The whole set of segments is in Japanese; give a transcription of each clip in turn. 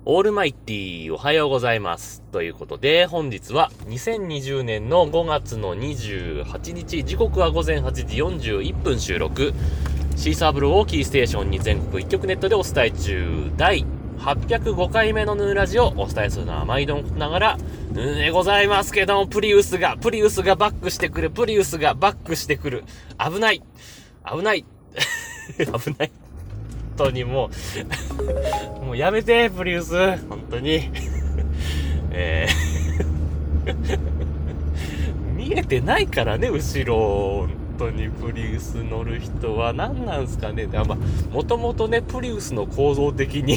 オールマイティーおはようございます。ということで、本日は2020年の5月の28日、時刻は午前8時41分収録。シーサーブルをキーステーションに全国一曲ネットでお伝え中、第805回目のヌーラジをお伝えするのは毎度ながら、ございますけども、プリウスがバックしてくる、危ない。危ない。本当にもうやめて、プリウス。本当に。見えてないからね、後ろ。本当にプリウス乗る人は何なんすかね。もともとね、プリウスの構造的に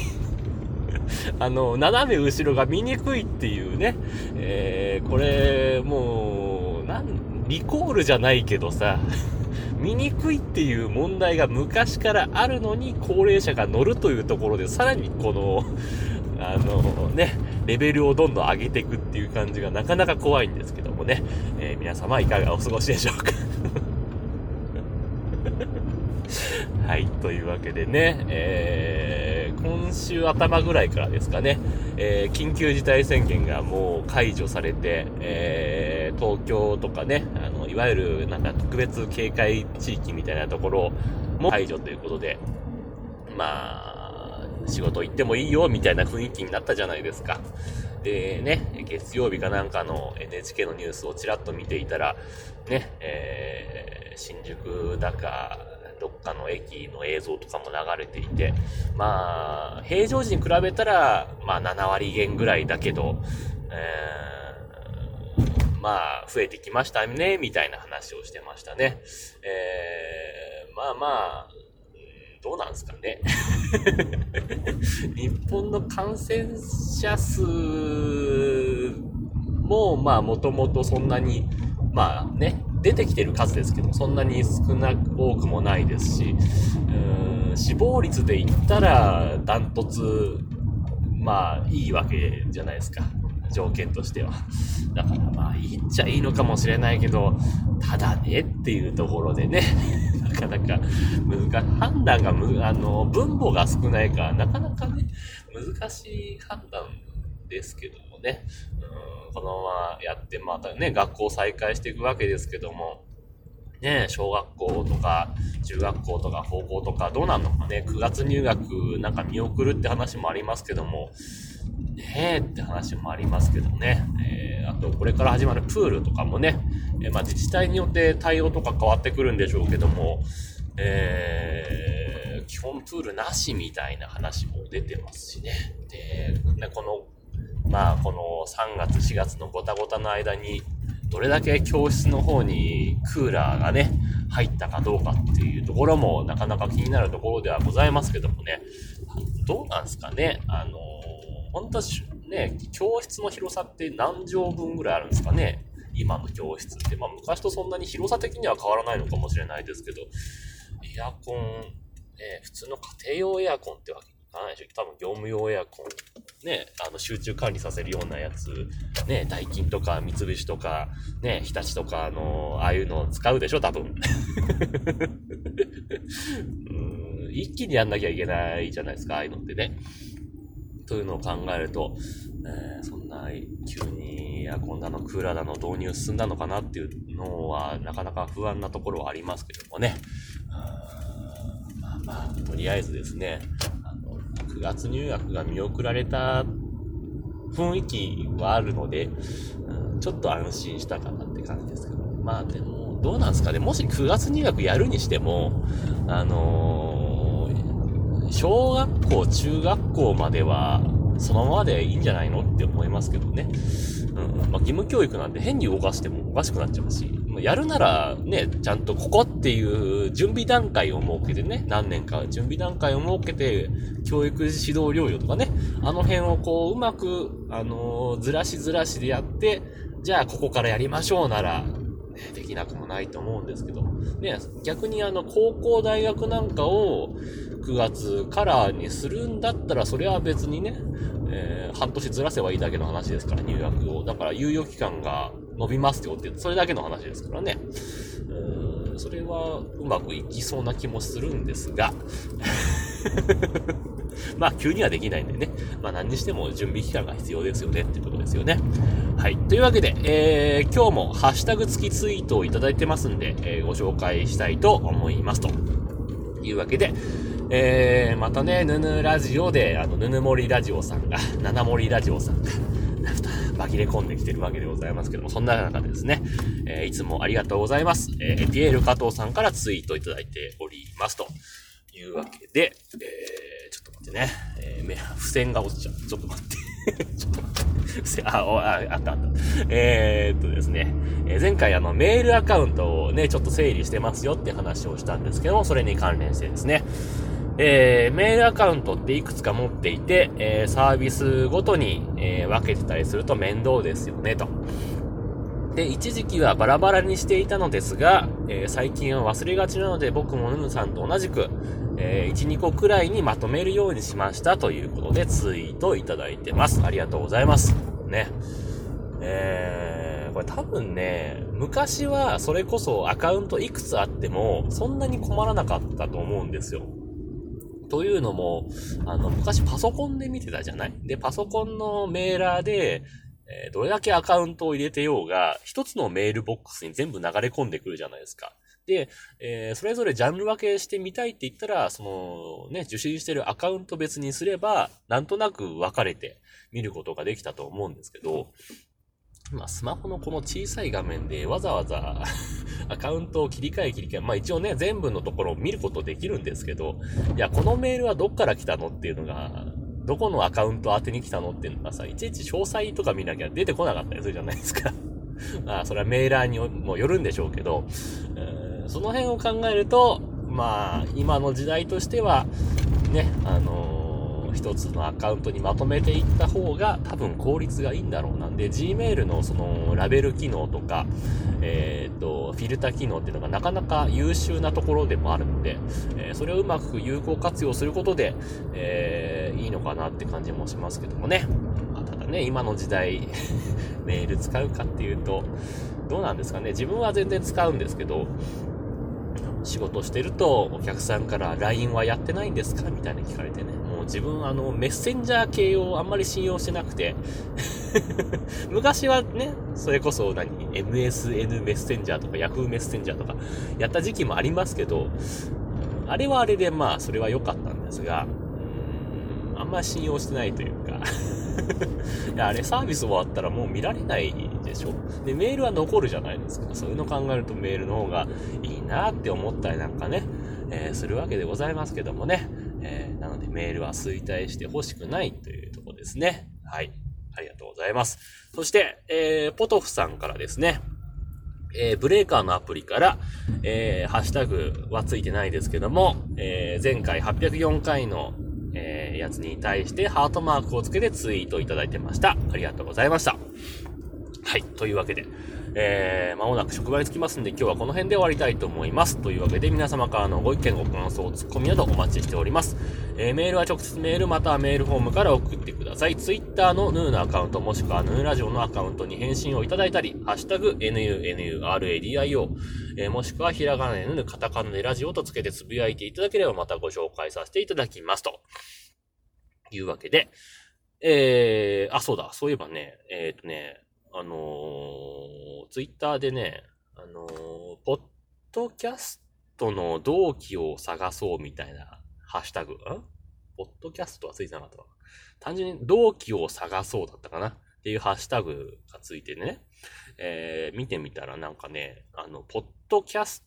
斜め後ろが見にくいっていうね。これ、もう、リコールじゃないけどさ、見にくいっていう問題が昔からあるのに高齢者が乗るというところでさらにこのレベルをどんどん上げていくっていう感じがなかなか怖いんですけどもね、皆様いかがお過ごしでしょうかはい、というわけでね、今週頭ぐらいからですかね、緊急事態宣言がもう解除されて、東京とかね、いわゆるなんか特別警戒地域みたいなところも解除ということで、仕事行ってもいいよみたいな雰囲気になったじゃないですか。でね、月曜日かなんかの NHK のニュースをちらっと見ていたら、ね、新宿だか、どっかの駅の映像とかも流れていて、平常時に比べたら、7割減ぐらいだけど、増えてきましたね、みたいな話をしてましたね。どうなんですかね。日本の感染者数も、もともとそんなに、出てきてる数ですけど、そんなに多くもないですし、死亡率で言ったら、ダントツ、いいわけじゃないですか。条件としては。だからいいっちゃいいのかもしれないけど、ただねっていうところでね、なかなか判断が分母が少ないから、なかなかね、難しい判断ですけどもね、このままやってまたね、学校再開していくわけですけども、ね、小学校とか中学校とか高校とかどうなんのかね、9月入学なんか見送るって話もありますけども、ねえって話もありますけどね、あとこれから始まるプールとかもね、自治体によって対応とか変わってくるんでしょうけども、基本プールなしみたいな話も出てますしね。で、この3月4月のごたごたの間にどれだけ教室の方にクーラーがね入ったかどうかっていうところもなかなか気になるところではございますけどもね、どうなんですかね。本当ね、教室の広さって何畳分ぐらいあるんですかね、今の教室って。昔とそんなに広さ的には変わらないのかもしれないですけど、エアコン、普通の家庭用エアコンってわけにいかないでしょ。多分業務用エアコン、ね、集中管理させるようなやつ、ね、ダイキンとか三菱とか、ね、日立とかああいうのを使うでしょ、多分。一気にやんなきゃいけないじゃないですか、ああいうのってね。というのを考えると、そんな急にエアコンだのクーラーだの導入進んだのかなっていうのはなかなか不安なところはありますけどもね。とりあえずですね、9月入学が見送られた雰囲気はあるので、ちょっと安心したかなって感じですけど、でもどうなんですかね。もし9月入学やるにしても、小学校、中学校まではそのままでいいんじゃないのって思いますけどね。義務教育なんで変に動かしてもおかしくなっちゃうし、やるならね、ちゃんとここっていう準備段階を設けてね、何年か準備段階を設けて、教育指導療養とかね、あの辺をうまく、ずらしでやって、じゃあここからやりましょうなら、できなくもないと思うんですけど、ね、逆に高校大学なんかを9月からにするんだったら、それは別にね、半年ずらせばいいだけの話ですから、入学を。だから猶予期間が伸びますよって、それだけの話ですからね。それはうまくいきそうな気もするんですがまあ急にはできないんでね。まあ何にしても準備期間が必要ですよねってことですよね。はい。というわけで、今日もハッシュタグ付きツイートをいただいてますんで、ご紹介したいと思いますというわけで、またね、ヌヌラジオで、ヌヌモリラジオさんが、ナナモリラジオさんが、紛れ込んできてるわけでございますけども、そんな中でですね、いつもありがとうございます。ピエール加藤さんからツイートいただいておりますというわけで、ちょっと待ってね、付箋が落ちちゃう。ちょっと待って。ちょっと待って。付箋、あった。ですね、前回メールアカウントをね、ちょっと整理してますよって話をしたんですけども、それに関連してですね、メールアカウントっていくつか持っていて、サービスごとに、分けてたりすると面倒ですよね、と。で、一時期はバラバラにしていたのですが、最近は忘れがちなので僕もヌヌさんと同じく、1、2個くらいにまとめるようにしましたということでツイートいただいてます。ありがとうございます。ね。これ多分ね、昔はそれこそアカウントいくつあってもそんなに困らなかったと思うんですよ。というのも、昔パソコンで見てたじゃない？で、パソコンのメーラーで、どれだけアカウントを入れてようが、一つのメールボックスに全部流れ込んでくるじゃないですか。で、それぞれジャンル分けしてみたいって言ったら、受信してるアカウント別にすれば、なんとなく分かれて見ることができたと思うんですけど、スマホのこの小さい画面でわざわざアカウントを切り替え、一応ね、全部のところを見ることできるんですけど、いや、このメールはどっから来たのっていうのが、どこのアカウント宛てに来たのっていうのがさ、いちいち詳細とか見なきゃ出てこなかったりするじゃないですか。それはメーラーにもよるんでしょうけど、その辺を考えると、今の時代としては、ね、一つのアカウントにまとめていった方が多分効率がいいんだろうなんで、Gmail のそのラベル機能とか、フィルター機能っていうのがなかなか優秀なところでもあるので、それをうまく有効活用することで、いいのかなって感じもしますけどもね。ただね、今の時代、メール使うかっていうと、どうなんですかね。自分は全然使うんですけど、仕事してるとお客さんから LINE はやってないんですかみたいな聞かれてね。もう自分メッセンジャー系をあんまり信用してなくて昔はね、それこそMSN メッセンジャーとか Yahoo メッセンジャーとかやった時期もありますけど、あれはあれでそれは良かったんですが、あんまり信用してないというかいや、あれサービス終わったらもう見られないでしょ。で、メールは残るじゃないですか。そういうの考えるとメールの方がいいなって思ったりなんかね、するわけでございますけどもね。なのでメールは衰退してほしくないというところですね。はい。ありがとうございます。そして、ポトフさんからですね、ブレーカーのアプリから、ハッシュタグはついてないですけども、前回804回のやつに対してハートマークをつけてツイートいただいてました。ありがとうございました。はい。というわけで、間もなく職場に着きますんで、今日はこの辺で終わりたいと思います。というわけで、皆様からのご意見、ご感想、ツッコミなどお待ちしております。メールは直接メールまたはメールフォームから送ってください。ツイッターのヌーのアカウントもしくはヌーラジオのアカウントに返信をいただいたり、ハッシュタグ NUNURADIO、もしくはひらがなでヌー、カタカナでラジオとつけてつぶやいていただければまたご紹介させていただきますというわけで、そうだ、そういえばね、ツイッターでね、ポッドキャストの同期を探そうみたいなハッシュタグ、ポッドキャストはついてなかったかな。単純に同期を探そうだったかなっていうハッシュタグがついてね、見てみたらなんかね、ポッドキャス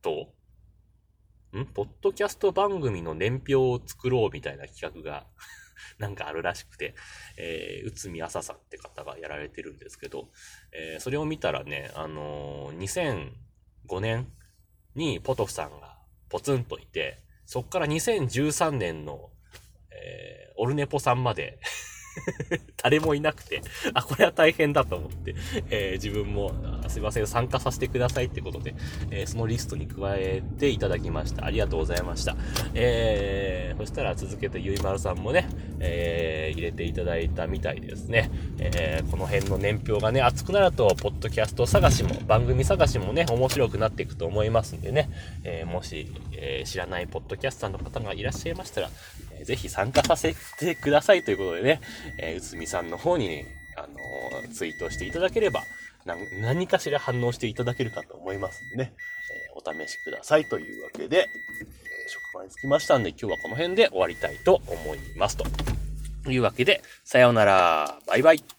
ト番組の年表を作ろうみたいな企画がなんかあるらしくて、内海朝さんって方がやられてるんですけど、それを見たらね、2005年にポトフさんがポツンといて、そっから2013年の、オルネポさんまで誰もいなくて、これは大変だと思って、自分もすいません参加させてくださいってことで、そのリストに加えていただきました。ありがとうございました。そしたら続けてゆいまるさんもね、 入れていただいたみたいですね。この辺の年表がね、熱くなると、ポッドキャスト探しも、番組探しもね、面白くなっていくと思いますんでね、もし、知らないポッドキャスターの方がいらっしゃいましたら、ぜひ参加させてくださいということでね、うつみさんの方に、ツイートしていただければ、何かしら反応していただけるかと思いますんでね、お試しくださいというわけで、職場に着きましたんで、今日はこの辺で終わりたいと思いますというわけで、さようなら、バイバイ。